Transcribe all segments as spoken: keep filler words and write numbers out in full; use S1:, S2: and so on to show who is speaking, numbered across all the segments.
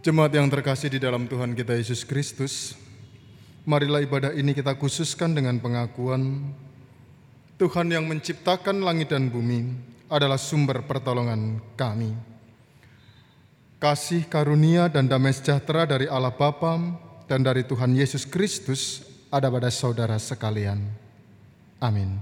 S1: Jemaat yang terkasih di dalam Tuhan kita Yesus Kristus, marilah ibadah ini kita khususkan dengan pengakuan Tuhan yang menciptakan langit dan bumi adalah sumber pertolongan kami. Kasih karunia dan damai sejahtera dari Allah Bapa dan dari Tuhan Yesus Kristus ada pada saudara sekalian. Amin.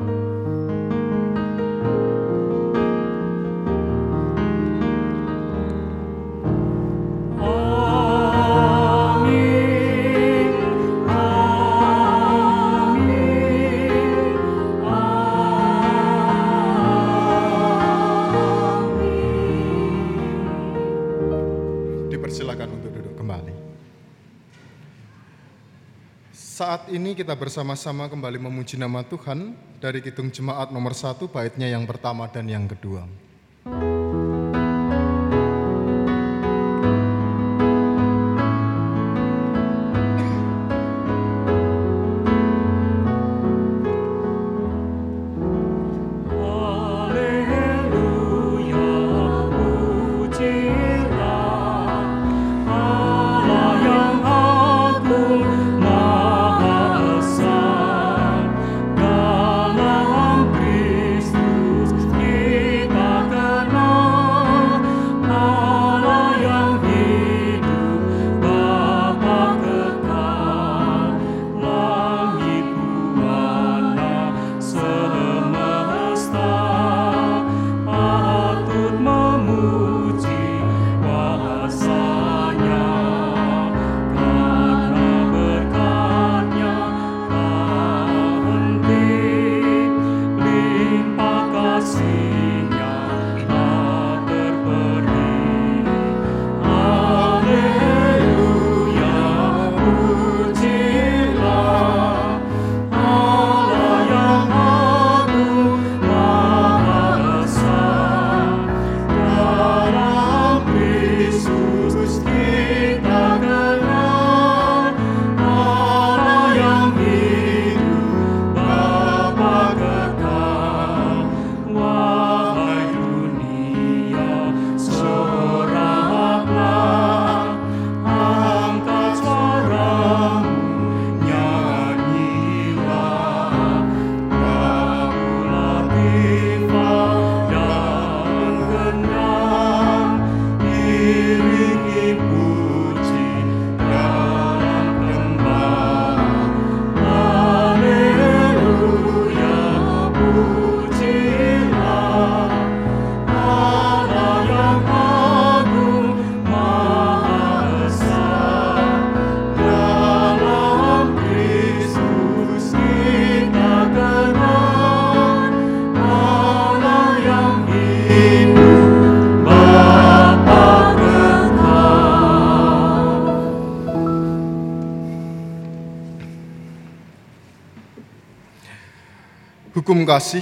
S1: Saat ini kita bersama-sama kembali memuji nama Tuhan dari Kidung Jemaat nomor satu, baitnya yang pertama dan yang kedua. Hukum kasih,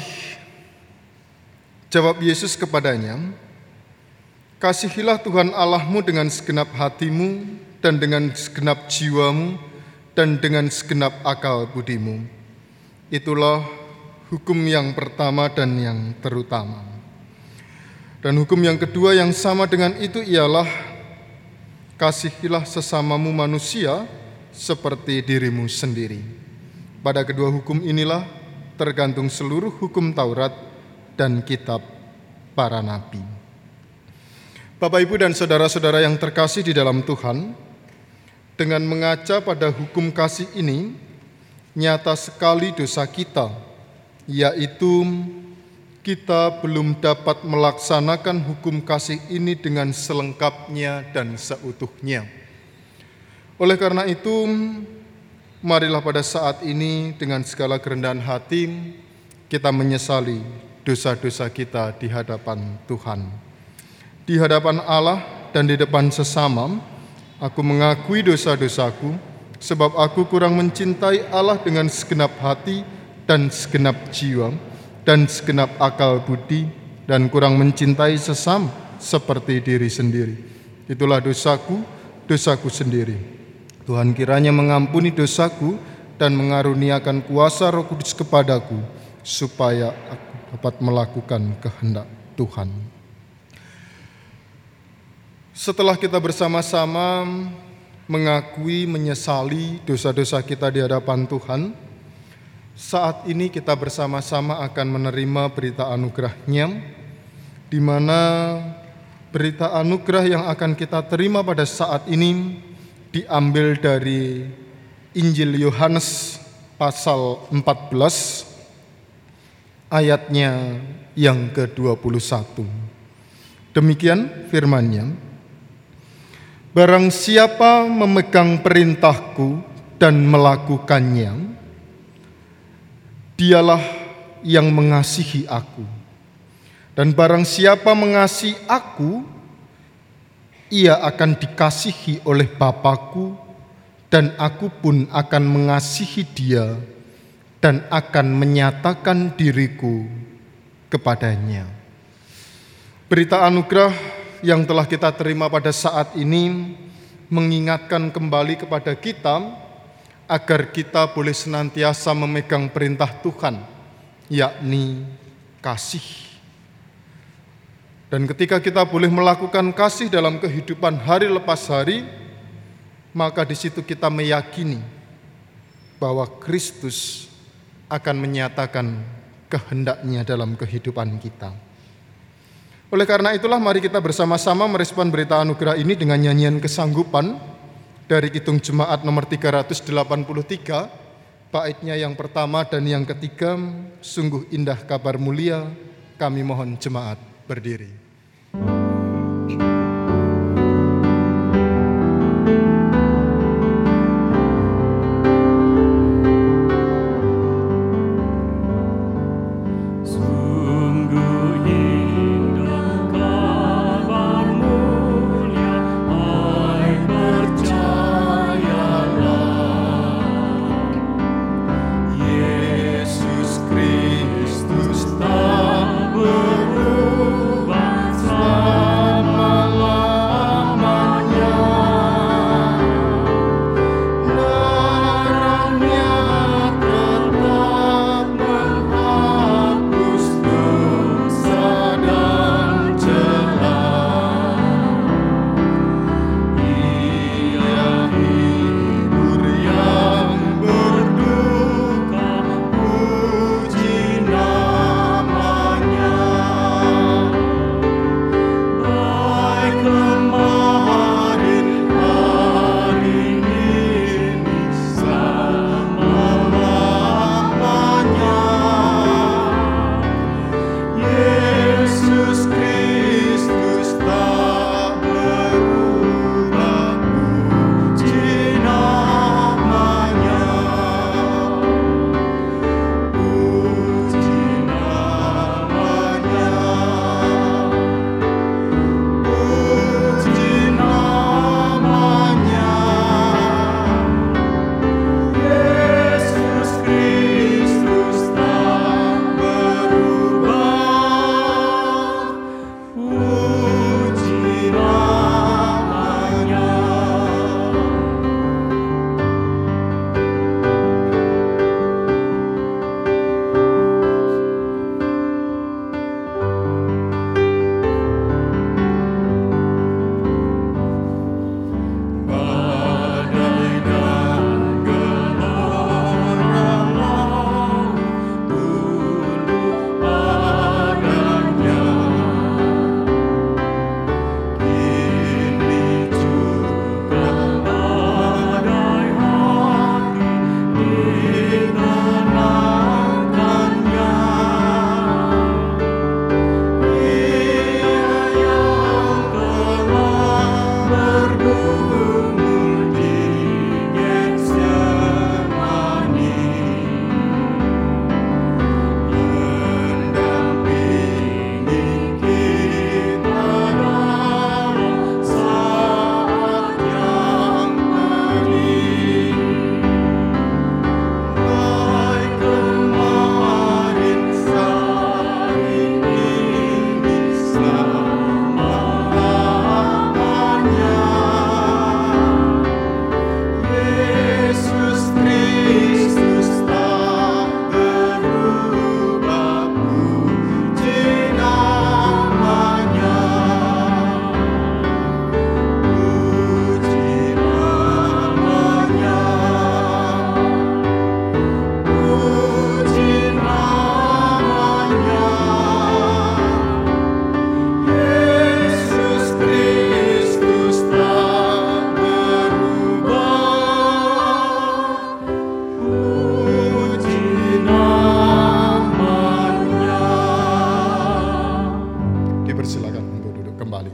S1: jawab Yesus kepadanya, kasihilah Tuhan Allahmu dengan segenap hatimu dan dengan segenap jiwamu dan dengan segenap akal budimu. Itulah hukum yang pertama dan yang terutama. Dan hukum yang kedua yang sama dengan itu ialah, kasihilah sesamamu manusia seperti dirimu sendiri. Pada kedua hukum inilah tergantung seluruh hukum Taurat dan kitab para nabi. Bapak, Ibu, dan saudara-saudara yang terkasih di dalam Tuhan, dengan mengaca pada hukum kasih ini, nyata sekali dosa kita, yaitu kita belum dapat melaksanakan hukum kasih ini dengan selengkapnya dan seutuhnya. Oleh karena itu, marilah pada saat ini dengan segala kerendahan hati kita menyesali dosa-dosa kita di hadapan Tuhan. Di hadapan Allah dan di depan sesama, aku mengakui dosa-dosaku sebab aku kurang mencintai Allah dengan segenap hati dan segenap jiwa dan segenap akal budi dan kurang mencintai sesama seperti diri sendiri. Itulah dosaku, dosaku sendiri. Tuhan kiranya mengampuni dosaku dan mengaruniakan kuasa Roh Kudus kepadaku, supaya aku dapat melakukan kehendak Tuhan. Setelah kita bersama-sama mengakui, menyesali dosa-dosa kita di hadapan Tuhan, saat ini kita bersama-sama akan menerima berita anugerah-Nya, di mana berita anugerah yang akan kita terima pada saat ini diambil dari Injil Yohanes pasal empat belas ayatnya yang ke dua puluh satu. Demikian firman-Nya. Barang siapa memegang perintahku dan melakukannya, dialah yang mengasihi aku. Dan barang siapa mengasihi aku, ia akan dikasihi oleh Bapa-Ku, dan aku pun akan mengasihi dia dan akan menyatakan diriku kepadanya. Berita anugerah yang telah kita terima pada saat ini mengingatkan kembali kepada kita agar kita boleh senantiasa memegang perintah Tuhan, yakni kasih. Dan ketika kita boleh melakukan kasih dalam kehidupan hari lepas hari, maka di situ kita meyakini bahwa Kristus akan menyatakan kehendak-Nya dalam kehidupan kita. Oleh karena itulah mari kita bersama-sama merespon berita anugerah ini dengan nyanyian kesanggupan dari Kidung Jemaat nomor tiga ratus delapan puluh tiga, baitnya yang pertama dan yang ketiga, sungguh indah kabar mulia, kami mohon jemaat berdiri.
S2: Kristus tak berubah.
S1: Dipersilakan untuk duduk kembali.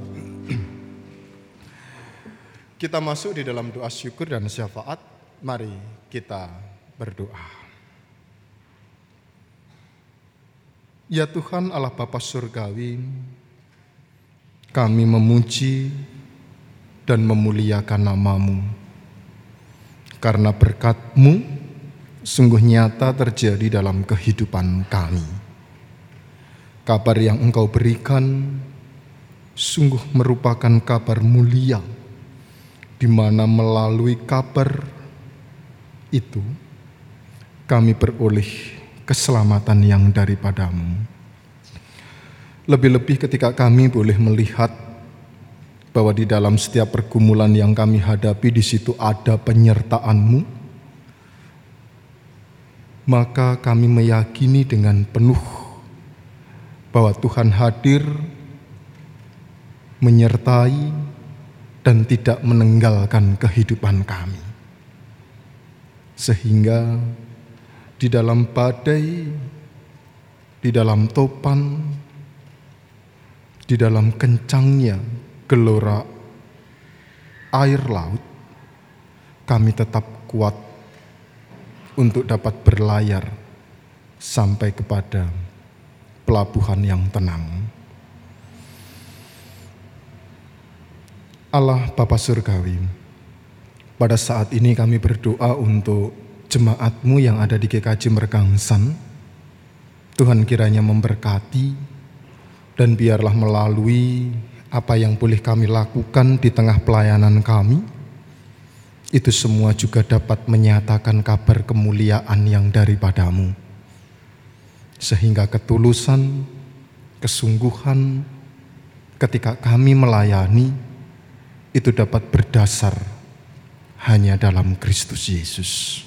S1: Kita masuk di dalam doa syukur dan syafaat. Mari kita berdoa. Ya Tuhan Allah Bapa Surgawi, kami memuji dan memuliakan nama-Mu. Karena berkat-Mu sungguh nyata terjadi dalam kehidupan kami. Kabar yang Engkau berikan sungguh merupakan kabar mulia, di mana melalui kabar itu kami beroleh keselamatan yang daripada-Mu. Lebih-lebih ketika kami boleh melihat bahwa di dalam setiap pergumulan yang kami hadapi di situ ada penyertaan-Mu, maka kami meyakini dengan penuh bahwa Tuhan hadir, menyertai, dan tidak meninggalkan kehidupan kami. Sehingga di dalam badai, di dalam topan, di dalam kencangnya gelora air laut, kami tetap kuat untuk dapat berlayar sampai kepada pelabuhan yang tenang. Allah Bapa Surgawi, pada saat ini kami berdoa untuk jemaat-Mu yang ada di G K J Mergangsan. Tuhan kiranya memberkati, dan biarlah melalui apa yang boleh kami lakukan di tengah pelayanan kami, itu semua juga dapat menyatakan kabar kemuliaan yang daripada-Mu. Sehingga ketulusan, kesungguhan ketika kami melayani itu dapat berdasar hanya dalam Kristus Yesus.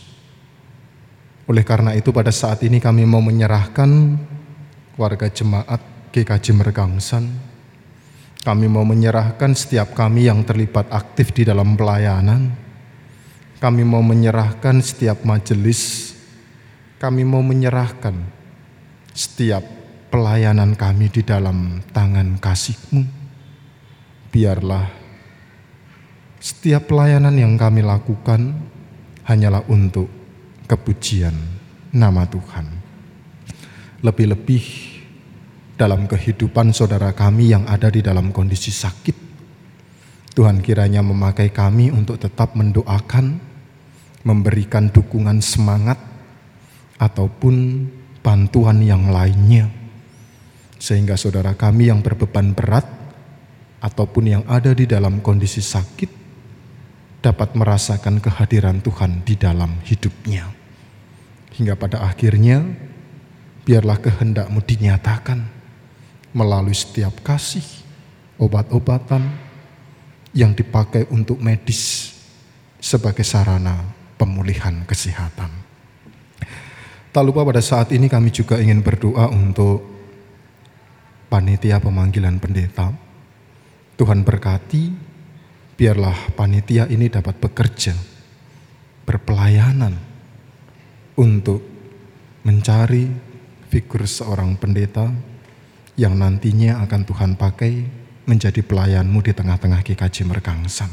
S1: Oleh karena itu pada saat ini kami mau menyerahkan warga jemaat G K J Mergangsan. Kami mau menyerahkan setiap kami yang terlibat aktif di dalam pelayanan. Kami mau menyerahkan setiap majelis. Kami mau menyerahkan setiap pelayanan kami di dalam tangan kasih-Mu. Biarlah setiap pelayanan yang kami lakukan hanyalah untuk kepujian nama Tuhan. Lebih-lebih dalam kehidupan saudara kami yang ada di dalam kondisi sakit, Tuhan kiranya memakai kami untuk tetap mendoakan, memberikan dukungan semangat, ataupun bantuan yang lainnya, sehingga saudara kami yang berbeban berat ataupun yang ada di dalam kondisi sakit dapat merasakan kehadiran Tuhan di dalam hidupnya. Hingga pada akhirnya biarlah kehendak-Mu dinyatakan melalui setiap kasih, obat-obatan yang dipakai untuk medis sebagai sarana pemulihan kesehatan. Tak lupa pada saat ini kami juga ingin berdoa untuk panitia pemanggilan pendeta. Tuhan berkati, biarlah panitia ini dapat bekerja, berpelayanan untuk mencari figur seorang pendeta yang nantinya akan Tuhan pakai menjadi pelayan-Mu di tengah-tengah G K J Mergangsan.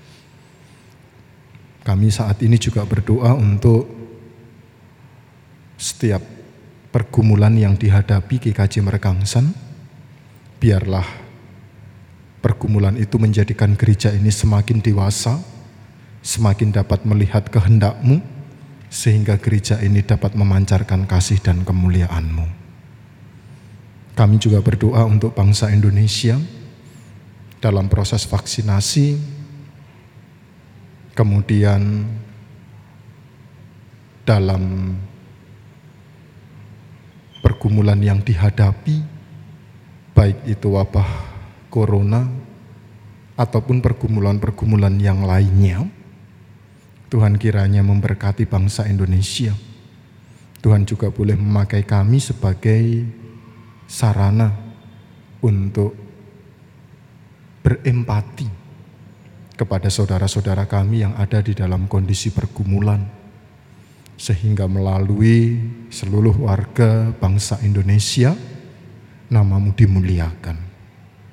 S1: Kami saat ini juga berdoa untuk setiap pergumulan yang dihadapi G K J Mergangsan. Biarlah pergumulan itu menjadikan gereja ini semakin dewasa, semakin dapat melihat kehendak-Mu, sehingga gereja ini dapat memancarkan kasih dan kemuliaan-Mu. Kami juga berdoa untuk bangsa Indonesia dalam proses vaksinasi, kemudian dalam pergumulan yang dihadapi, baik itu wabah corona ataupun pergumulan-pergumulan yang lainnya. Tuhan kiranya memberkati bangsa Indonesia. Tuhan juga boleh memakai kami sebagai sarana untuk berempati kepada saudara-saudara kami yang ada di dalam kondisi pergumulan, sehingga melalui seluruh warga bangsa Indonesia, nama-Mu dimuliakan.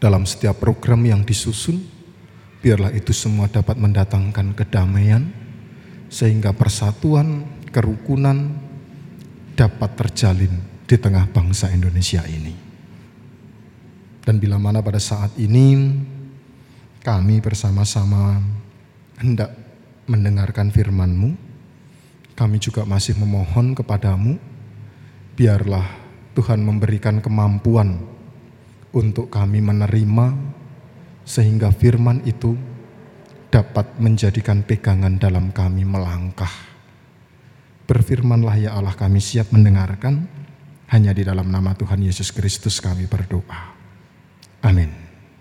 S1: dalam setiap program yang disusun, biarlah itu semua dapat mendatangkan kedamaian, sehingga persatuan, kerukunan dapat terjalin di tengah bangsa Indonesia ini. Dan bila mana pada saat ini kami bersama-sama hendak mendengarkan firman-Mu, kami juga masih memohon kepadamu, biarlah Tuhan memberikan kemampuan untuk kami menerima, sehingga firman itu dapat menjadikan pegangan dalam kami melangkah. Berfirmanlah ya Allah, kami siap mendengarkan. Hanya di dalam nama Tuhan Yesus Kristus kami berdoa. Amin.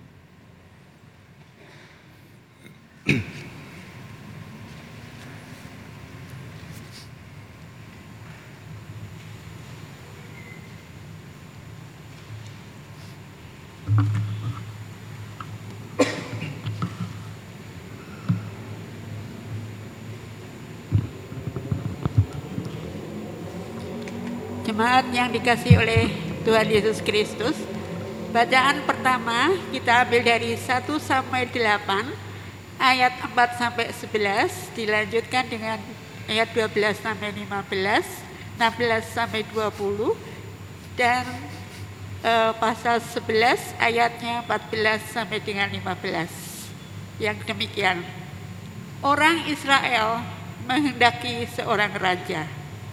S2: Jemaat yang dikasihi oleh Tuhan Yesus Kristus, bacaan pertama kita ambil dari satu Samuel delapan ayat empat sampai sebelas, dilanjutkan dengan ayat dua belas sampai lima belas, enam belas sampai dua puluh, dan eh, pasal sebelas ayatnya empat belas sampai dengan lima belas. Yang demikian, orang Israel menghendaki seorang raja.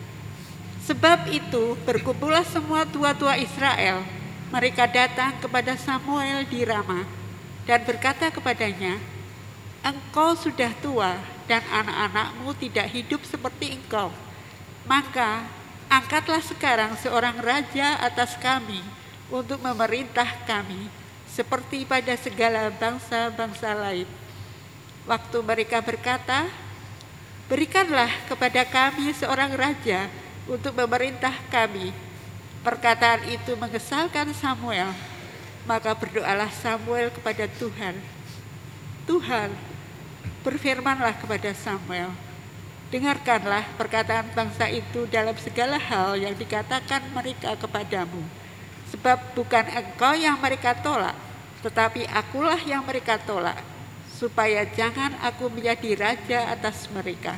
S2: Sebab itu berkumpullah semua tua-tua Israel. Mereka datang kepada Samuel di Rama dan berkata kepadanya, engkau sudah tua dan anak-anakmu tidak hidup seperti engkau. Maka angkatlah sekarang seorang raja atas kami untuk memerintah kami seperti pada segala bangsa-bangsa lain. Waktu mereka berkata, berikanlah kepada kami seorang raja untuk memerintah kami. Perkataan itu mengesalkan Samuel. Maka berdoalah Samuel kepada Tuhan. Tuhan, berfirmanlah kepada Samuel, dengarkanlah perkataan bangsa itu dalam segala hal yang dikatakan mereka kepadamu. Sebab bukan engkau yang mereka tolak, tetapi akulah yang mereka tolak, supaya jangan aku menjadi raja atas mereka.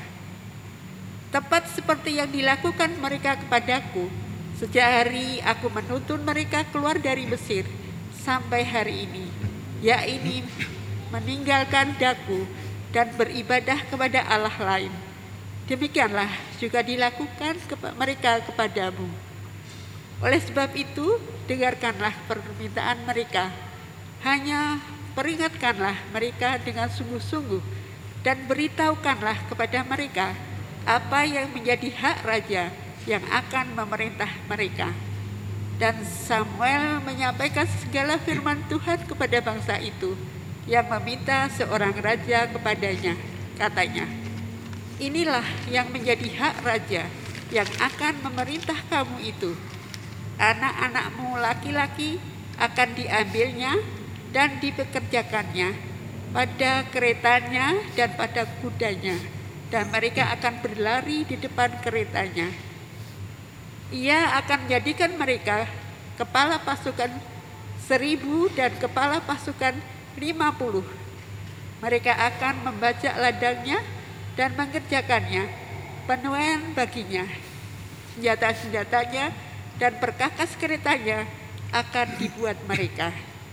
S2: Tepat seperti yang dilakukan mereka kepadaku, sejak hari aku menuntun mereka keluar dari Mesir sampai hari ini, yakni meninggalkan daku dan beribadah kepada Allah lain. Demikianlah juga dilakukan kepa- mereka kepadamu. Oleh sebab itu, dengarkanlah permintaan mereka. Hanya peringatkanlah mereka dengan sungguh-sungguh dan beritahukanlah kepada mereka apa yang menjadi hak raja yang akan memerintah mereka. Dan Samuel menyampaikan segala firman Tuhan kepada bangsa itu yang meminta seorang raja kepadanya. Katanya, inilah yang menjadi hak raja yang akan memerintah kamu itu. Anak-anakmu laki-laki akan diambilnya dan dipekerjakannya pada keretanya dan pada kudanya, dan mereka akan berlari di depan keretanya. Ia akan menjadikan mereka kepala pasukan seribu dan kepala pasukan lima puluh. Mereka akan membajak ladangnya dan mengerjakannya penuaian baginya. Senjata-senjatanya dan perkakas keretanya akan dibuat mereka.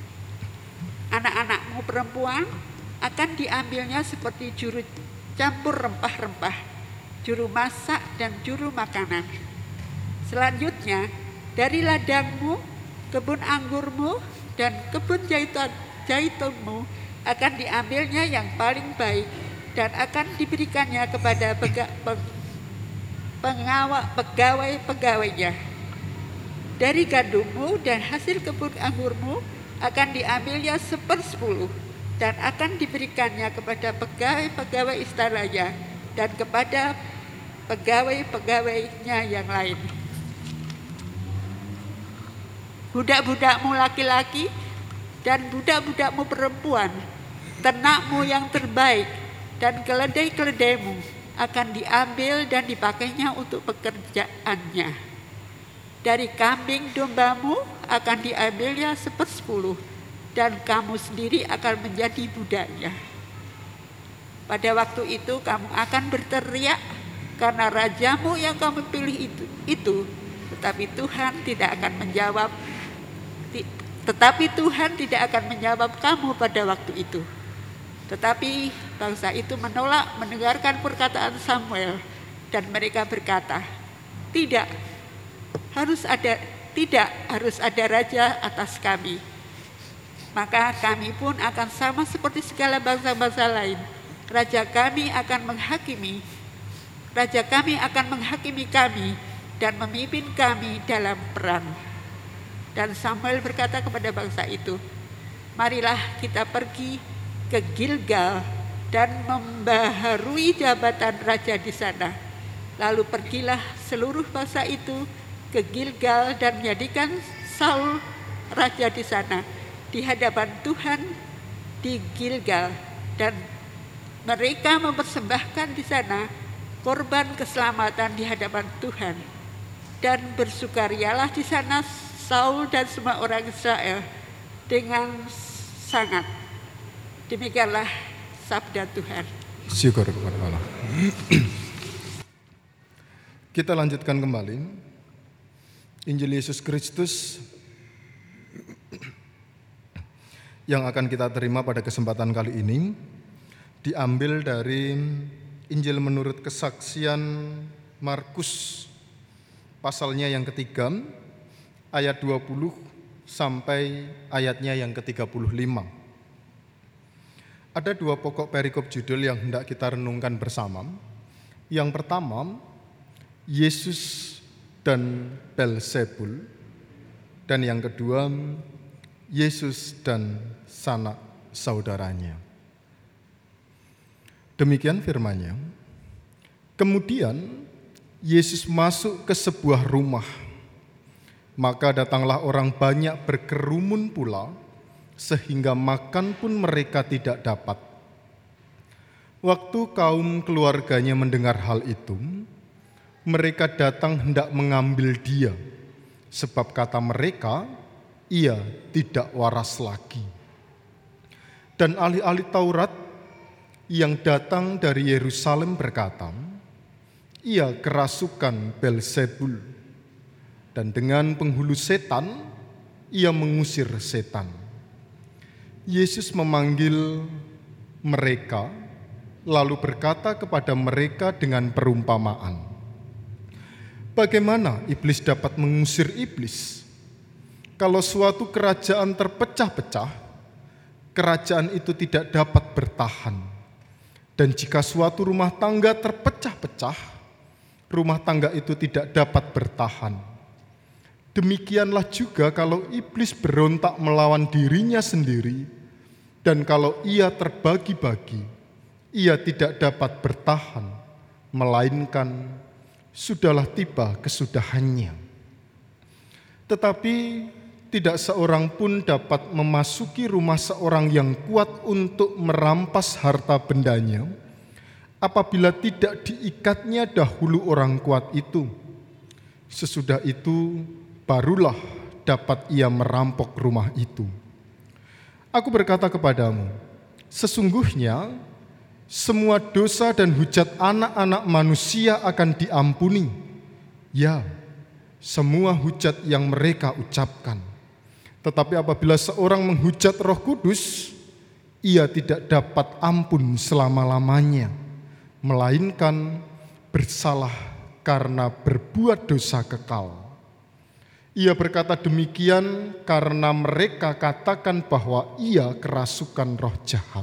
S2: Anak-anakmu perempuan akan diambilnya seperti juru campur rempah-rempah, juru masak dan juru makanan. Selanjutnya, dari ladangmu, kebun anggurmu, dan kebun jaitun, jaitunmu akan diambilnya yang paling baik dan akan diberikannya kepada pega, peng, pengawal pegawai-pegawainya. Dari gandummu dan hasil kebun anggurmu akan diambilnya sepersepuluh dan akan diberikannya kepada pegawai-pegawai istananya dan kepada pegawai-pegawainya yang lain. Budak-budakmu laki-laki dan budak-budakmu perempuan, ternakmu yang terbaik dan keledai-keledaimu akan diambil dan dipakainya untuk pekerjaannya. Dari kambing dombamu akan diambilnya sepersepuluh dan kamu sendiri akan menjadi budaknya. Pada waktu itu kamu akan berteriak karena rajamu yang kamu pilih itu, itu. Tetapi Tuhan tidak akan menjawab, tetapi Tuhan tidak akan menjawab kamu pada waktu itu. Tetapi bangsa itu menolak mendengarkan perkataan Samuel dan mereka berkata, tidak harus ada tidak harus ada raja atas kami. Maka kami pun akan sama seperti segala bangsa-bangsa lain. Raja kami akan menghakimi, raja kami akan menghakimi kami dan memimpin kami dalam perang. Dan Samuel berkata kepada bangsa itu, marilah kita pergi ke Gilgal dan membaharui jabatan raja di sana. Lalu pergilah seluruh bangsa itu ke Gilgal dan menjadikan Saul raja di sana di hadapan Tuhan di Gilgal, dan mereka mempersembahkan di sana korban keselamatan di hadapan Tuhan. Dan bersukarialah di sana Saul dan semua orang Israel dengan sangat. Demikianlah sabda Tuhan.
S1: Syukur kepada Allah. Kita lanjutkan kembali Injil Yesus Kristus yang akan kita terima pada kesempatan kali ini diambil dari Injil menurut kesaksian Markus pasalnya yang ketiga ayat dua puluh sampai ayatnya yang ke tiga puluh lima. Ada dua pokok perikop judul yang hendak kita renungkan bersama. Yang pertama, Yesus dan Belzebul, dan yang kedua, Yesus dan sanak saudaranya. Demikian firman-Nya. Kemudian Yesus masuk ke sebuah rumah. Maka datanglah orang banyak berkerumun pula, sehingga makan pun mereka tidak dapat. Waktu kaum keluarganya mendengar hal itu, mereka datang hendak mengambil Dia, sebab kata mereka, Ia tidak waras lagi. Dan ahli-ahli Taurat yang datang dari Yerusalem berkata, Ia kerasukan Belzebul, dan dengan penghulu setan, Ia mengusir setan. Yesus memanggil mereka, lalu berkata kepada mereka dengan perumpamaan, bagaimana iblis dapat mengusir iblis? Kalau suatu kerajaan terpecah-pecah, kerajaan itu tidak dapat bertahan. Dan jika suatu rumah tangga terpecah-pecah, rumah tangga itu tidak dapat bertahan. Demikianlah juga kalau iblis berontak melawan dirinya sendiri, dan kalau ia terbagi-bagi, ia tidak dapat bertahan, melainkan sudahlah tiba kesudahannya. Tetapi tidak seorang pun dapat memasuki rumah seorang yang kuat untuk merampas harta bendanya, apabila tidak diikatnya dahulu orang kuat itu. Sesudah itu barulah dapat ia merampok rumah itu. Aku berkata kepadamu, sesungguhnya semua dosa dan hujat anak-anak manusia akan diampuni. Ya, semua hujat yang mereka ucapkan. Tetapi apabila seorang menghujat Roh Kudus, ia tidak dapat ampun selama-lamanya, melainkan bersalah karena berbuat dosa kekal. Ia berkata demikian karena mereka katakan bahwa ia kerasukan roh jahat.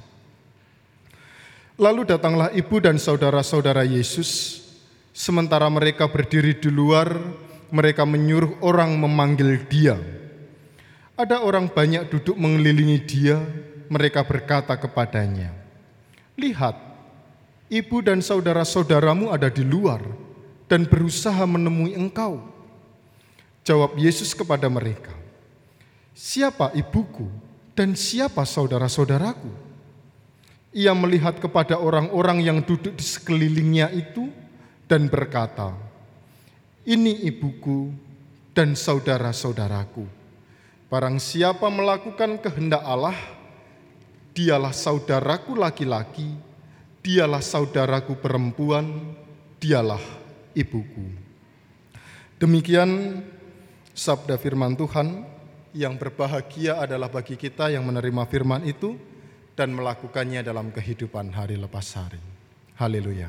S1: Lalu datanglah ibu dan saudara-saudara Yesus. Sementara mereka berdiri di luar, mereka menyuruh orang memanggil Dia. Ada orang banyak duduk mengelilingi Dia. Mereka berkata kepadanya, lihat, ibu dan saudara-saudaramu ada di luar dan berusaha menemui engkau. Jawab Yesus kepada mereka, siapa ibuku dan siapa saudara-saudaraku? Ia melihat kepada orang-orang yang duduk di sekelilingnya itu dan berkata, ini ibuku dan saudara-saudaraku. Barang siapa melakukan kehendak Allah, dialah saudaraku laki-laki, dialah saudaraku perempuan, dialah ibuku. Demikian sabda firman Tuhan. Yang berbahagia adalah bagi kita yang menerima firman itu dan melakukannya dalam kehidupan hari lepas hari. Haleluya.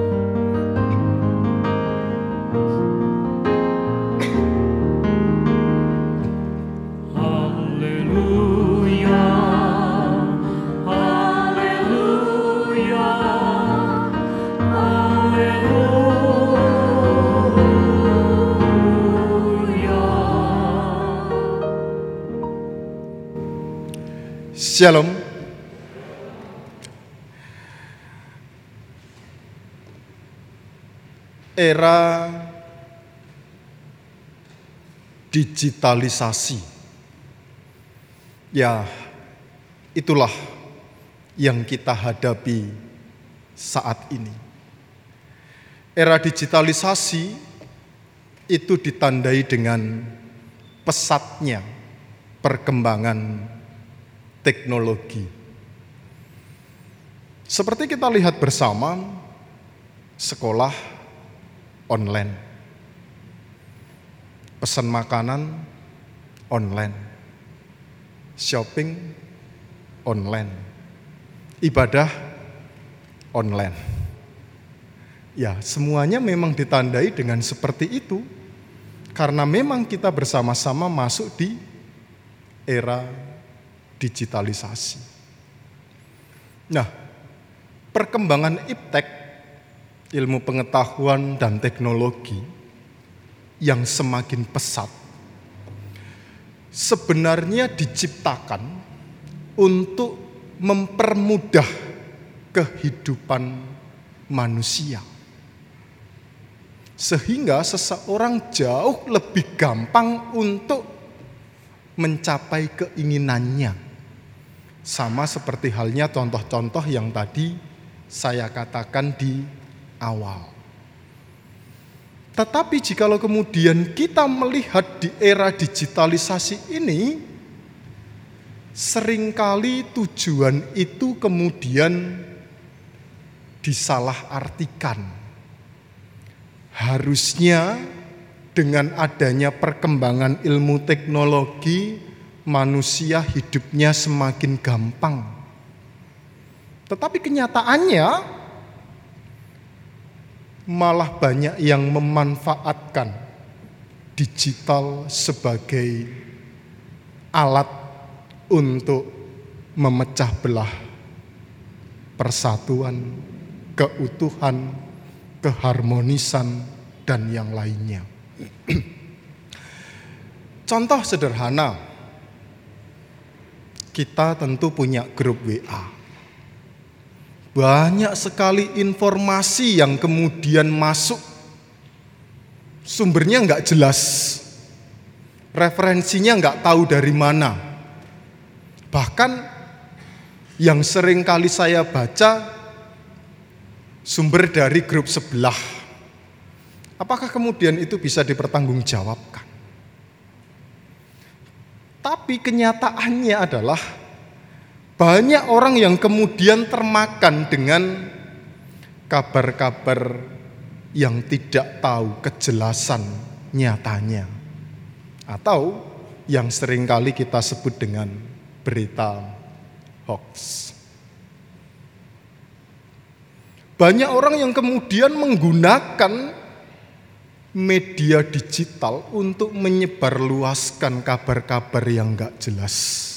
S1: Shalom. Era digitalisasi. Ya, itulah yang kita hadapi saat ini. Era digitalisasi itu ditandai dengan pesatnya perkembangan teknologi. Seperti kita lihat bersama, sekolah online, pesan makanan online, shopping online, ibadah online. Ya, semuanya memang ditandai dengan seperti itu, karena memang kita bersama-sama masuk di era digitalisasi. Nah, perkembangan iptek, ilmu pengetahuan dan teknologi yang semakin pesat sebenarnya diciptakan untuk mempermudah kehidupan manusia. Sehingga seseorang jauh lebih gampang untuk mencapai keinginannya. Sama seperti halnya contoh-contoh yang tadi saya katakan di awal. Tetapi jikalau kemudian kita melihat di era digitalisasi ini, seringkali tujuan itu kemudian disalahartikan. Harusnya dengan adanya perkembangan ilmu teknologi, manusia hidupnya semakin gampang. Tetapi kenyataannya malah banyak yang memanfaatkan digital sebagai alat untuk memecah belah persatuan, keutuhan, keharmonisan, dan yang lainnya. Contoh sederhana, kita tentu punya grup W A. Banyak sekali informasi yang kemudian masuk, sumbernya nggak jelas, referensinya nggak tahu dari mana. Bahkan yang sering kali saya baca, sumber dari grup sebelah. Apakah kemudian itu bisa dipertanggungjawabkan? Tapi kenyataannya adalah banyak orang yang kemudian termakan dengan kabar-kabar yang tidak tahu kejelasan nyatanya. Atau yang seringkali kita sebut dengan berita hoax. Banyak orang yang kemudian menggunakan media digital untuk menyebarluaskan kabar-kabar yang gak jelas.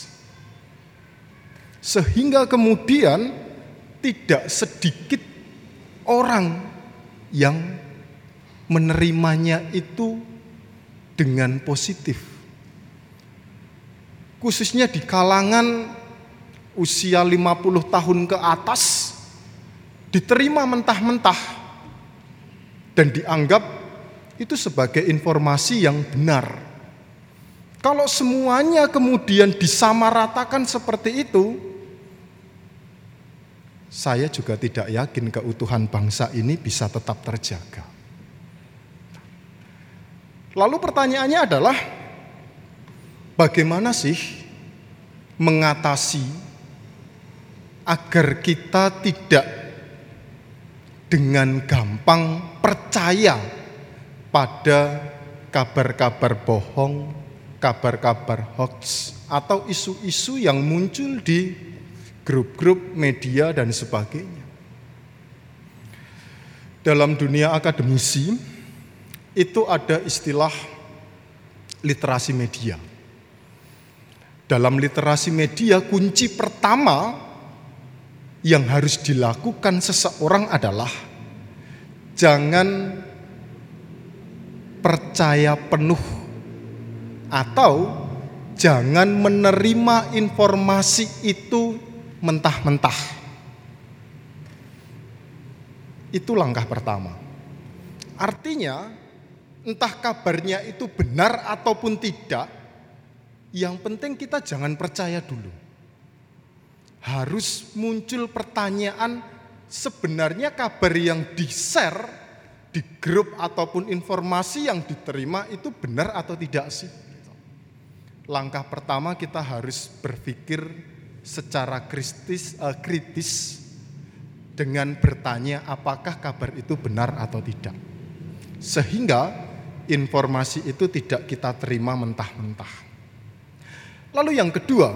S1: Sehingga kemudian tidak sedikit orang yang menerimanya itu dengan positif. Khususnya di kalangan usia lima puluh tahun ke atas, diterima mentah-mentah dan dianggap itu sebagai informasi yang benar. Kalau semuanya kemudian disamaratakan seperti itu, saya juga tidak yakin keutuhan bangsa ini bisa tetap terjaga. Lalu pertanyaannya adalah, bagaimana sih mengatasi agar kita tidak dengan gampang percaya pada kabar-kabar bohong, kabar-kabar hoax, atau isu-isu yang muncul di grup-grup media dan sebagainya. Dalam dunia akademisi, itu ada istilah literasi media. Dalam literasi media, kunci pertama yang harus dilakukan seseorang adalah jangan percaya penuh atau jangan menerima informasi itu mentah-mentah. Itu langkah pertama. Artinya, entah kabarnya itu benar ataupun tidak, yang penting kita jangan percaya dulu. Harus muncul pertanyaan, sebenarnya kabar yang di-share di grup ataupun informasi yang diterima itu benar atau tidak sih? Langkah pertama kita harus berpikir secara kritis, uh, kritis dengan bertanya apakah kabar itu benar atau tidak. Sehingga informasi itu tidak kita terima mentah-mentah. Lalu yang kedua,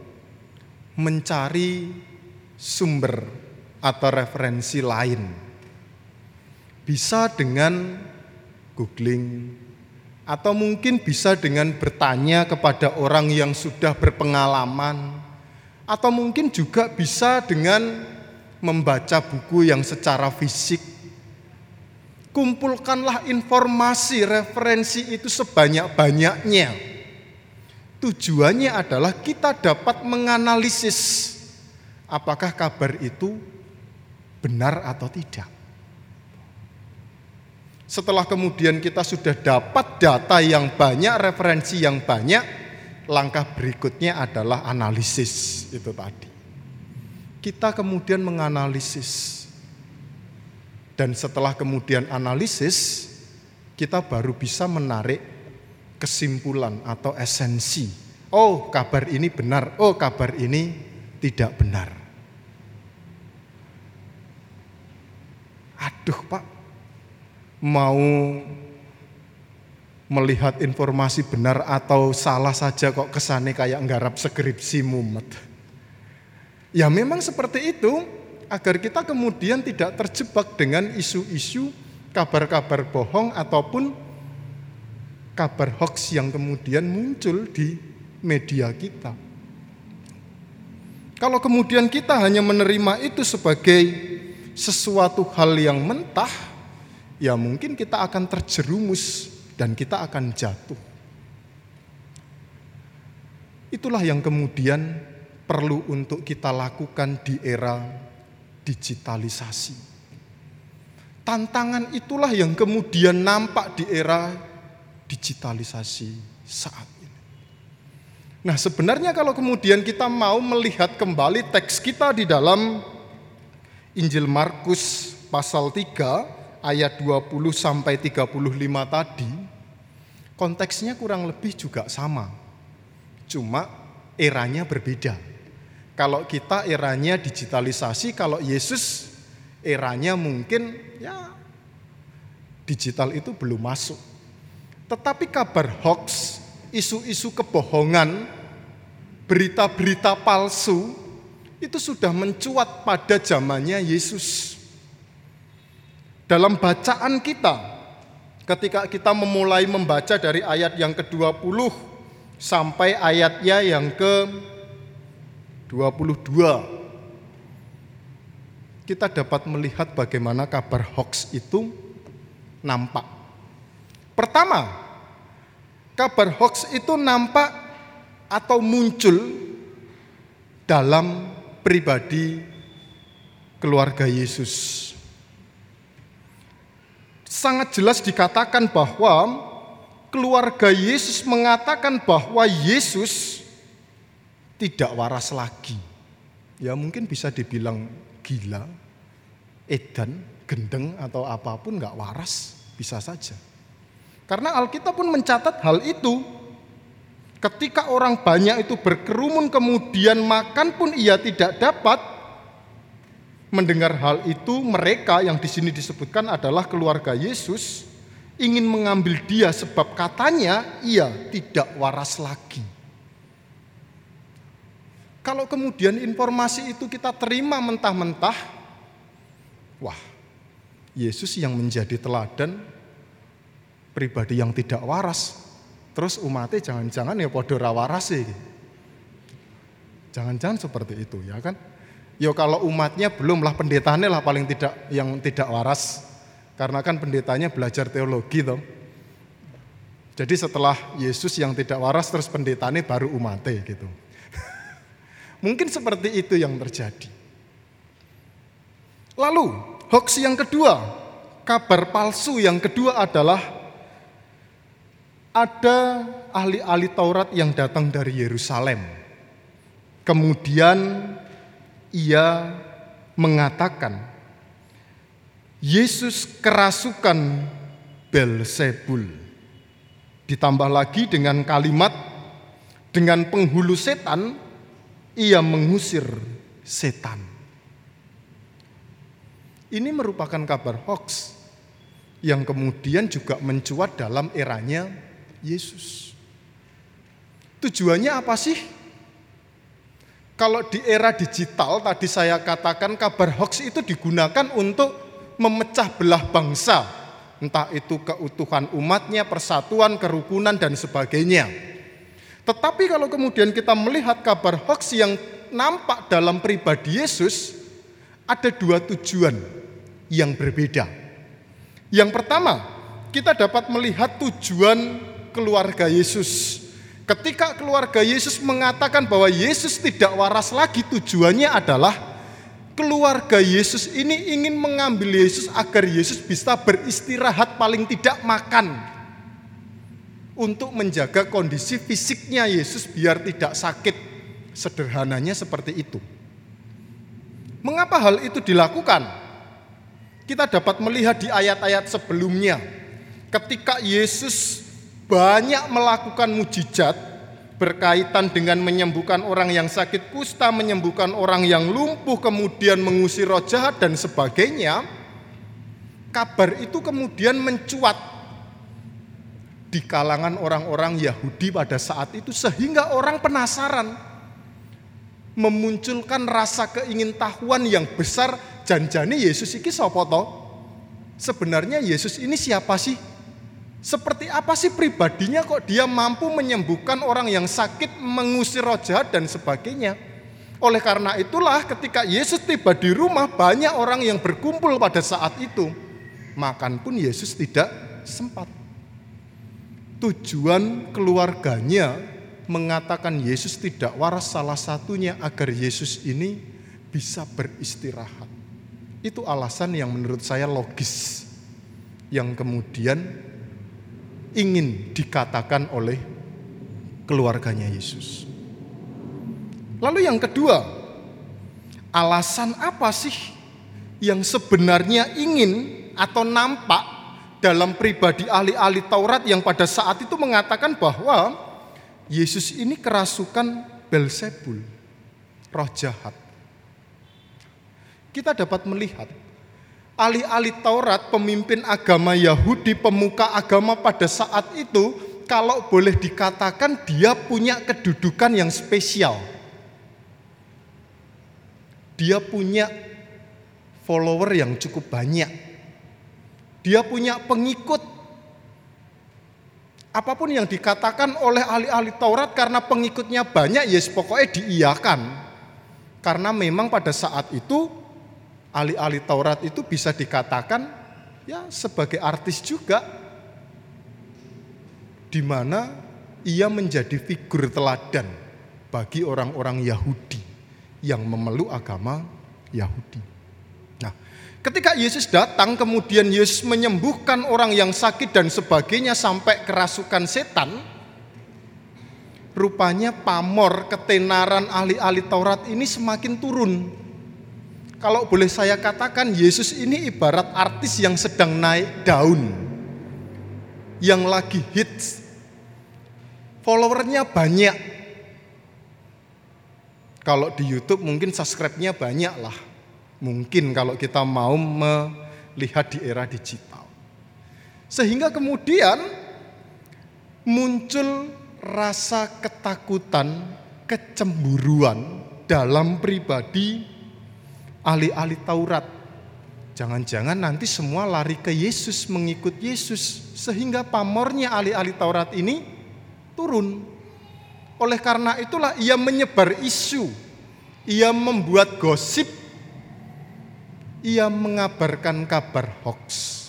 S1: mencari sumber atau referensi lain. Bisa dengan googling, atau mungkin bisa dengan bertanya kepada orang yang sudah berpengalaman, atau mungkin juga bisa dengan membaca buku yang secara fisik. Kumpulkanlah informasi, referensi itu sebanyak-banyaknya. Tujuannya adalah kita dapat menganalisis apakah kabar itu benar atau tidak. Setelah kemudian kita sudah dapat data yang banyak, referensi yang banyak, langkah berikutnya adalah analisis itu tadi. Kita kemudian menganalisis. Dan setelah kemudian analisis, kita baru bisa menarik kesimpulan atau esensi. Oh, kabar ini benar, oh kabar ini tidak benar. Aduh Pak, mau melihat informasi benar atau salah saja kok kesannya kayak nggarap skripsi mumet. Ya memang seperti itu, agar kita kemudian tidak terjebak dengan isu-isu kabar-kabar bohong ataupun kabar hoax yang kemudian muncul di media kita. Kalau kemudian kita hanya menerima itu sebagai sesuatu hal yang mentah, ya mungkin kita akan terjerumus dan kita akan jatuh. Itulah yang kemudian perlu untuk kita lakukan di era digitalisasi. Tantangan itulah yang kemudian nampak di era digitalisasi saat ini. Nah, sebenarnya kalau kemudian kita mau melihat kembali teks kita di dalam Injil Markus pasal tiga ayat dua puluh sampai tiga puluh lima tadi, konteksnya kurang lebih juga sama. Cuma eranya berbeda. Kalau kita eranya digitalisasi, kalau Yesus eranya mungkin ya digital itu belum masuk. Tetapi kabar hoax, isu-isu kebohongan, berita-berita palsu itu sudah mencuat pada zamannya Yesus. Dalam bacaan kita, ketika kita memulai membaca dari ayat yang ke dua puluh sampai ayatnya yang ke dua puluh dua, kita dapat melihat bagaimana kabar hoax itu nampak. Pertama, kabar hoax itu nampak atau muncul dalam pribadi keluarga Yesus. Sangat jelas dikatakan bahwa keluarga Yesus mengatakan bahwa Yesus tidak waras lagi. Ya mungkin bisa dibilang gila, edan, gendeng atau apapun gak waras, bisa saja. Karena Alkitab pun mencatat hal itu. Ketika orang banyak itu berkerumun kemudian makan pun ia tidak dapat. Mendengar hal itu, mereka yang di sini disebutkan adalah keluarga Yesus ingin mengambil dia sebab katanya ia tidak waras lagi. Kalau kemudian informasi itu kita terima mentah-mentah, wah, Yesus yang menjadi teladan pribadi yang tidak waras. Terus umatnya jangan-jangan ya podo ra waras sih. Jangan-jangan seperti itu ya kan? Ya kalau umatnya belumlah, pendetanya lah paling tidak yang tidak waras. Karena kan pendetanya belajar teologi toh. Jadi setelah Yesus yang tidak waras terus pendetanya baru umatnya gitu. Mungkin seperti itu yang terjadi. Lalu hoax yang kedua, kabar palsu yang kedua adalah ada ahli-ahli Taurat yang datang dari Yerusalem. Kemudian ia mengatakan Yesus kerasukan Beelzebul. Ditambah lagi dengan kalimat dengan penghulu setan ia mengusir setan. Ini merupakan kabar hoax yang kemudian juga mencuat dalam eranya Yesus. Tujuannya apa sih? Kalau di era digital tadi saya katakan kabar hoax itu digunakan untuk memecah belah bangsa. Entah itu keutuhan umatnya, persatuan, kerukunan dan sebagainya. Tetapi kalau kemudian kita melihat kabar hoax yang nampak dalam pribadi Yesus, ada dua tujuan yang berbeda. Yang pertama, kita dapat melihat tujuan keluarga Yesus. Ketika keluarga Yesus mengatakan bahwa Yesus tidak waras lagi, tujuannya adalah keluarga Yesus ini ingin mengambil Yesus agar Yesus bisa beristirahat, paling tidak makan, untuk menjaga kondisi fisiknya Yesus biar tidak sakit. Sederhananya seperti itu. Mengapa hal itu dilakukan? Kita dapat melihat di ayat-ayat sebelumnya, ketika Yesus banyak melakukan mujizat berkaitan dengan menyembuhkan orang yang sakit kusta, menyembuhkan orang yang lumpuh, kemudian mengusir roh jahat dan sebagainya. Kabar itu kemudian mencuat di kalangan orang-orang Yahudi pada saat itu sehingga orang penasaran, memunculkan rasa keingintahuan yang besar. Janjane Yesus iki sapa to? Sebenarnya Yesus ini siapa sih? Seperti apa sih pribadinya kok dia mampu menyembuhkan orang yang sakit, mengusir roh jahat dan sebagainya. Oleh karena itulah ketika Yesus tiba di rumah, banyak orang yang berkumpul pada saat itu. Makan pun Yesus tidak sempat. Tujuan keluarganya mengatakan Yesus tidak waras, salah satunya agar Yesus ini bisa beristirahat. Itu alasan yang menurut saya logis, yang kemudian ingin dikatakan oleh keluarganya Yesus. Lalu yang kedua, alasan apa sih yang sebenarnya ingin atau nampak dalam pribadi ahli-ahli Taurat yang pada saat itu mengatakan bahwa Yesus ini kerasukan Beelzebul, roh jahat. Kita dapat melihat ahli-ahli Taurat, pemimpin agama Yahudi, pemuka agama pada saat itu, kalau boleh dikatakan dia punya kedudukan yang spesial. Dia punya follower yang cukup banyak. Dia punya pengikut. Apapun yang dikatakan oleh ahli-ahli Taurat karena pengikutnya banyak, ya yes, pokoknya diiyakan. Karena memang pada saat itu ahli-ahli Taurat itu bisa dikatakan ya sebagai artis juga, di mana ia menjadi figur teladan bagi orang-orang Yahudi yang memeluk agama Yahudi. Nah, ketika Yesus datang kemudian Yesus menyembuhkan orang yang sakit dan sebagainya sampai kerasukan setan, rupanya pamor ketenaran ahli-ahli Taurat ini semakin turun. Kalau boleh saya katakan, Yesus ini ibarat artis yang sedang naik daun, yang lagi hits. followernya banyak. Kalau di YouTube mungkin subscribe-nya banyak lah. Mungkin kalau kita mau melihat di era digital. Sehingga kemudian muncul rasa ketakutan, kecemburuan dalam pribadi ahli-ahli Taurat. Jangan-jangan nanti semua lari ke Yesus, mengikut Yesus. Sehingga pamornya ahli-ahli Taurat ini turun. Oleh karena itulah ia menyebar isu, ia membuat gosip, ia mengabarkan kabar hoax.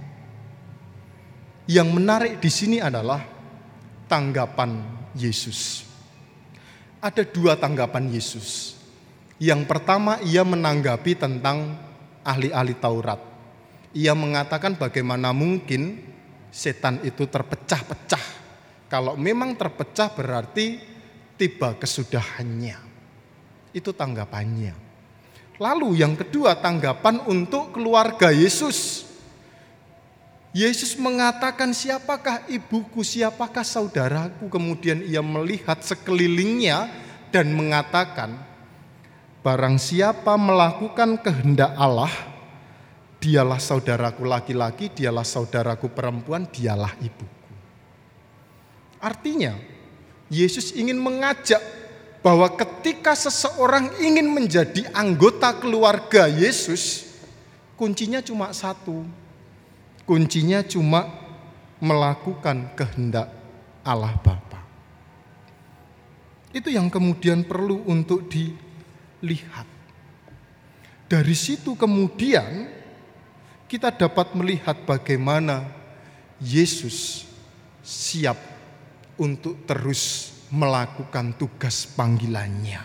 S1: Yang menarik di sini adalah tanggapan Yesus. Ada dua tanggapan Yesus. Yang pertama, ia menanggapi tentang ahli-ahli Taurat. Ia mengatakan bagaimana mungkin setan itu terpecah-pecah. Kalau memang terpecah berarti tiba kesudahannya. Itu tanggapannya. Lalu yang kedua, tanggapan untuk keluarga Yesus. Yesus mengatakan, siapakah ibuku, siapakah saudaraku. Kemudian ia melihat sekelilingnya dan mengatakan, barang siapa melakukan kehendak Allah, dialah saudaraku laki-laki, dialah saudaraku perempuan, dialah ibuku. Artinya, Yesus ingin mengajak bahwa ketika seseorang ingin menjadi anggota keluarga Yesus, kuncinya cuma satu. Kuncinya cuma melakukan kehendak Allah Bapa. Itu yang kemudian perlu untuk dilihat. Dari situ kemudian kita dapat melihat bagaimana Yesus siap untuk terus melakukan tugas panggilannya.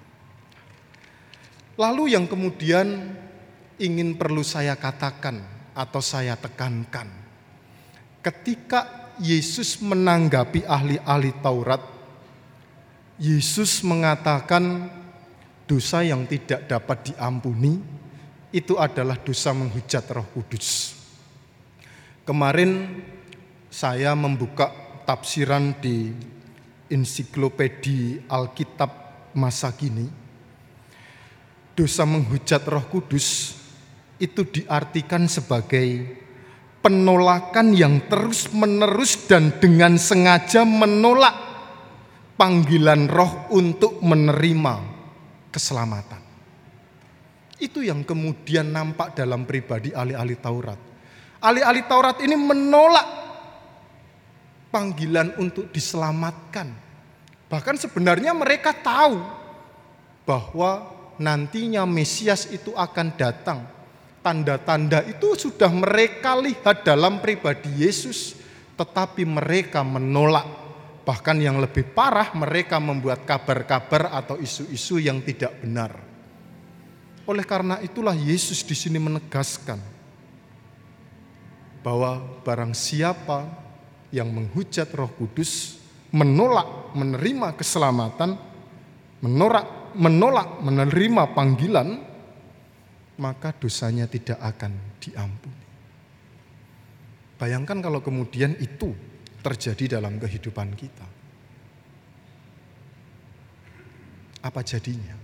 S1: Lalu yang kemudian ingin perlu saya katakan atau saya tekankan, ketika Yesus menanggapi ahli-ahli Taurat, Yesus mengatakan dosa yang tidak dapat diampuni itu adalah dosa menghujat Roh Kudus. Kemarin saya membuka tafsiran di Ensiklopedia Alkitab masa kini. Dosa menghujat Roh Kudus itu diartikan sebagai penolakan yang terus-menerus dan dengan sengaja menolak panggilan Roh untuk menerima keselamatan. Itu yang kemudian nampak dalam pribadi ahli-ahli Taurat. Ahli-ahli Taurat ini menolak panggilan untuk diselamatkan. Bahkan sebenarnya mereka tahu bahwa nantinya Mesias itu akan datang. Tanda-tanda itu sudah mereka lihat dalam pribadi Yesus, tetapi mereka menolak. Bahkan yang lebih parah, mereka membuat kabar-kabar atau isu-isu yang tidak benar. Oleh karena itulah Yesus di sini menegaskan bahwa barang siapa yang menghujat Roh Kudus, menolak menerima keselamatan, menolak menolak menerima panggilan, maka dosanya tidak akan diampuni. Bayangkan kalau kemudian itu terjadi dalam kehidupan kita. Apa jadinya?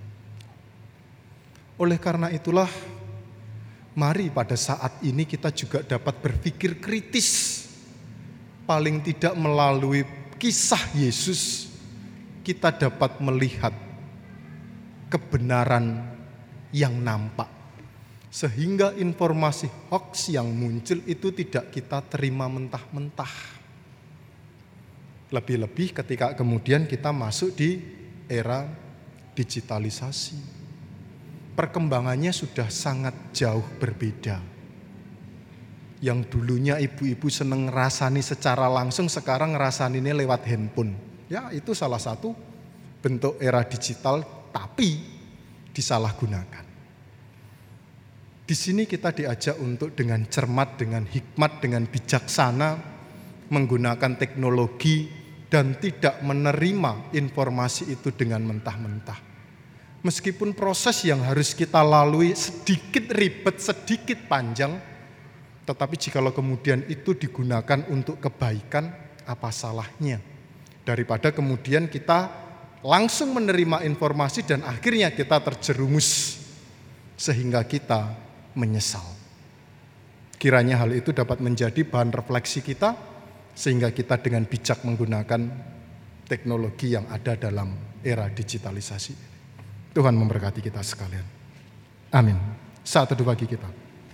S1: Oleh karena itulah, mari pada saat ini kita juga dapat berpikir kritis. Paling tidak melalui kisah Yesus, kita dapat melihat kebenaran yang nampak. Sehingga informasi hoax yang muncul itu tidak kita terima mentah-mentah. Lebih-lebih ketika kemudian kita masuk di era digitalisasi. Perkembangannya sudah sangat jauh berbeda. Yang dulunya ibu-ibu seneng ngerasani secara langsung, sekarang ngerasaninnya lewat handphone. Ya, itu salah satu bentuk era digital, tapi disalahgunakan. Di sini kita diajak untuk dengan cermat, dengan hikmat, dengan bijaksana menggunakan teknologi dan tidak menerima informasi itu dengan mentah-mentah. Meskipun proses yang harus kita lalui sedikit ribet, sedikit panjang, tetapi jikalau kemudian itu digunakan untuk kebaikan, apa salahnya? daripada kemudian kita langsung menerima informasi dan akhirnya kita terjerumus sehingga kita menyesal. Kiranya hal itu dapat menjadi bahan refleksi kita sehingga kita dengan bijak menggunakan teknologi yang ada dalam era digitalisasi. Tuhan memberkati kita sekalian. Amin. Saat teduh bagi kita.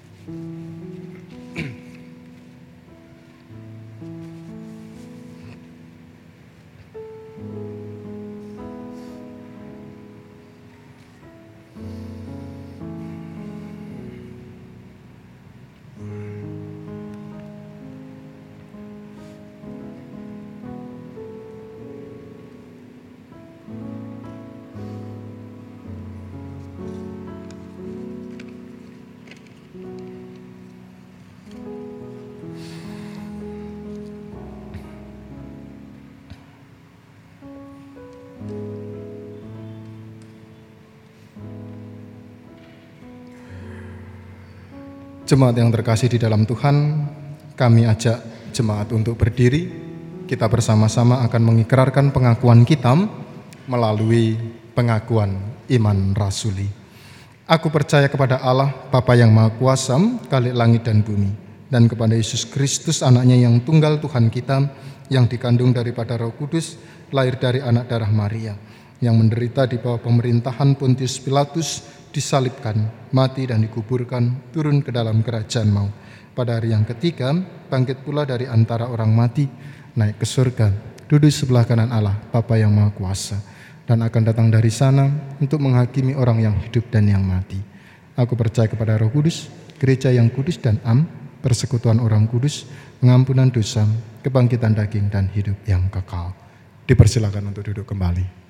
S1: Jemaat yang terkasih di dalam Tuhan, kami ajak jemaat untuk berdiri. Kita bersama-sama akan mengikrarkan pengakuan kita melalui pengakuan iman rasuli. Aku percaya kepada Allah, Bapa yang Maha Kuasa, Khalik langit dan bumi, dan kepada Yesus Kristus, anaknya yang tunggal Tuhan kita, yang dikandung daripada Roh Kudus, lahir dari anak darah Maria, yang menderita di bawah pemerintahan Pontius Pilatus, disalibkan, mati dan dikuburkan, turun ke dalam kerajaan maut. Pada hari yang ketiga, bangkit pula dari antara orang mati, naik ke surga, duduk sebelah kanan Allah, Bapa yang Maha Kuasa, dan akan datang dari sana untuk menghakimi orang yang hidup dan yang mati. Aku percaya kepada Roh Kudus, gereja yang kudus dan am, persekutuan orang kudus, pengampunan dosa, kebangkitan daging dan hidup yang kekal. Dipersilakan untuk duduk kembali.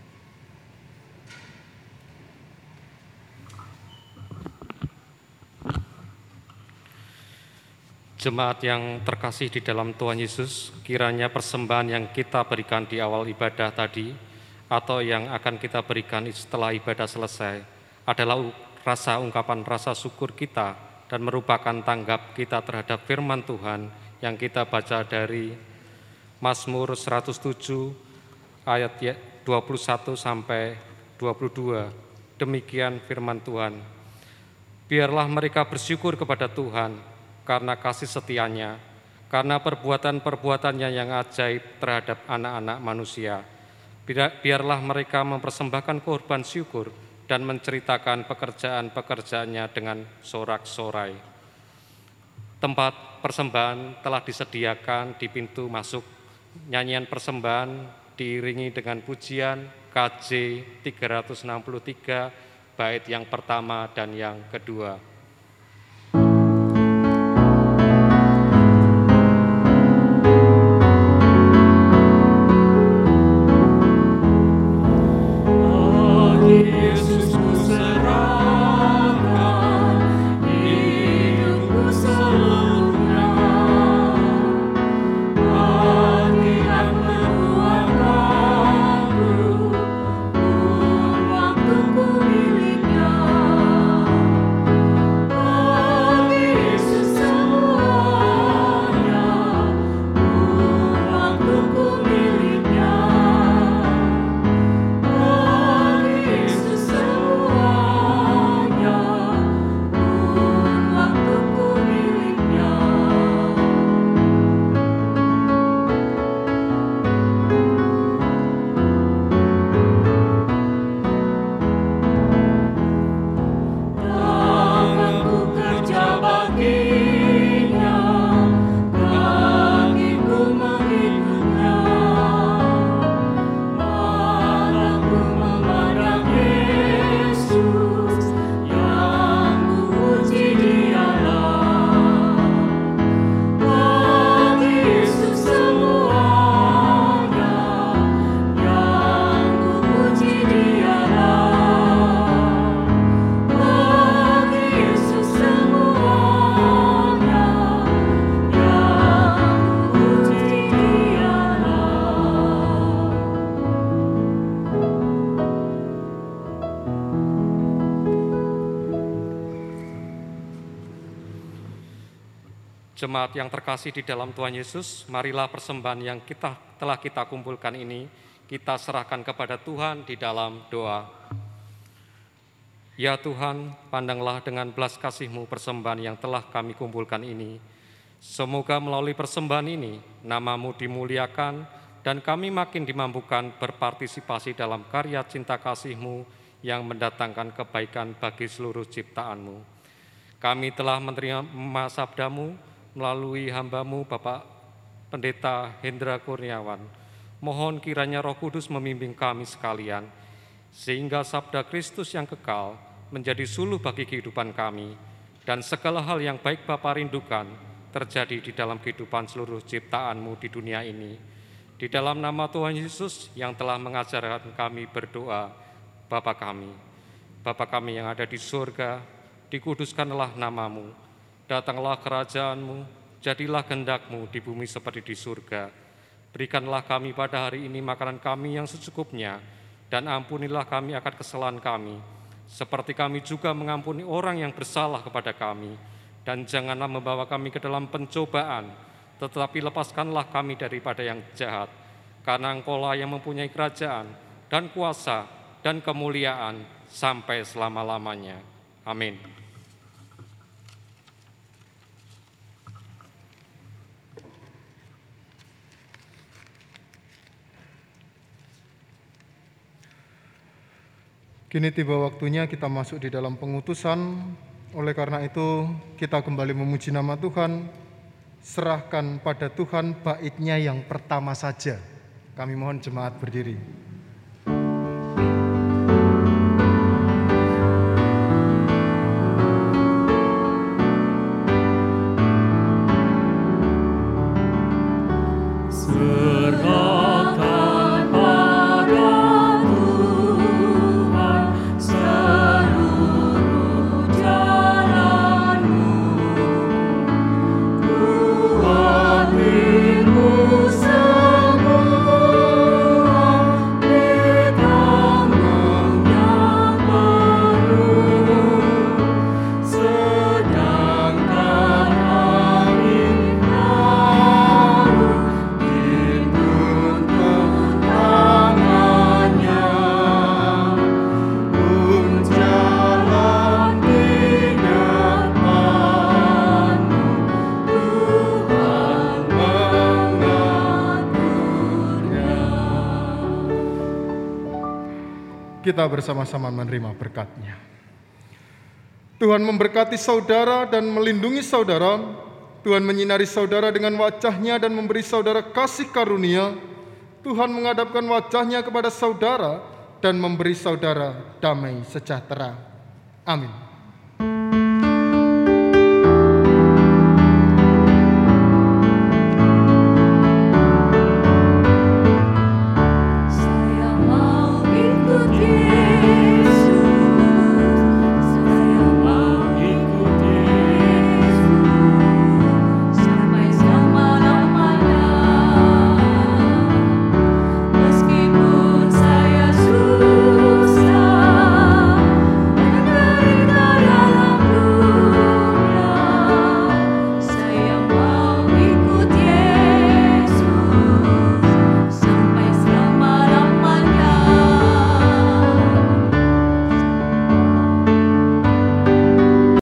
S3: Jemaat yang terkasih di dalam Tuhan Yesus, kiranya persembahan yang kita berikan di awal ibadah tadi atau yang akan kita berikan setelah ibadah selesai adalah rasa ungkapan rasa syukur kita dan merupakan tanggap kita terhadap firman Tuhan yang kita baca dari Mazmur seratus tujuh ayat dua puluh satu sampai dua puluh dua. Demikian firman Tuhan. Biarlah mereka bersyukur kepada Tuhan karena kasih setianya, karena perbuatan-perbuatannya yang ajaib terhadap anak-anak manusia. Biarlah mereka mempersembahkan korban syukur dan menceritakan pekerjaan-pekerjaannya dengan sorak-sorai. Tempat persembahan telah disediakan di pintu masuk. Nyanyian persembahan diiringi dengan pujian K J tiga ratus enam puluh tiga, bait yang pertama dan yang kedua.
S4: Ku miliknya.
S3: Jemaat yang terkasih di dalam Tuhan Yesus, marilah persembahan yang kita telah kita kumpulkan ini, kita serahkan kepada Tuhan di dalam doa. Ya Tuhan, pandanglah dengan belas kasih-Mu persembahan yang telah kami kumpulkan ini. Semoga melalui persembahan ini, nama-Mu dimuliakan dan kami makin dimampukan berpartisipasi dalam karya cinta kasih-Mu yang mendatangkan kebaikan bagi seluruh ciptaan-Mu. Kami telah menerima sabda-Mu melalui hamba-Mu Bapak Pendeta Hendra Kurniawan. Mohon kiranya Roh Kudus membimbing kami sekalian, sehingga sabda Kristus yang kekal menjadi suluh bagi kehidupan kami, dan segala hal yang baik Bapa rindukan terjadi di dalam kehidupan seluruh ciptaan-Mu di dunia ini. Di dalam nama Tuhan Yesus yang telah mengajarkan kami berdoa, Bapa kami, Bapa kami yang ada di surga, dikuduskanlah nama-Mu, datanglah kerajaan-Mu, jadilah kehendak-Mu di bumi seperti di surga. Berikanlah kami pada hari ini makanan kami yang secukupnya, dan ampunilah kami akan kesalahan kami, seperti kami juga mengampuni orang yang bersalah kepada kami. Dan janganlah membawa kami ke dalam pencobaan, tetapi lepaskanlah kami daripada yang jahat. Karena Engkau-lah yang mempunyai kerajaan, dan kuasa, dan kemuliaan, sampai selama-lamanya. Amin.
S1: Kini tiba waktunya kita masuk di dalam pengutusan. Oleh karena itu, kita kembali memuji nama Tuhan, serahkan pada Tuhan baitnya yang pertama saja. Kami mohon jemaat berdiri. Kita bersama-sama menerima berkat-Nya. Tuhan memberkati saudara dan melindungi saudara. Tuhan menyinari saudara dengan wajah-Nya dan memberi saudara kasih karunia. Tuhan menghadapkan wajah-Nya kepada saudara dan memberi saudara damai sejahtera. Amin.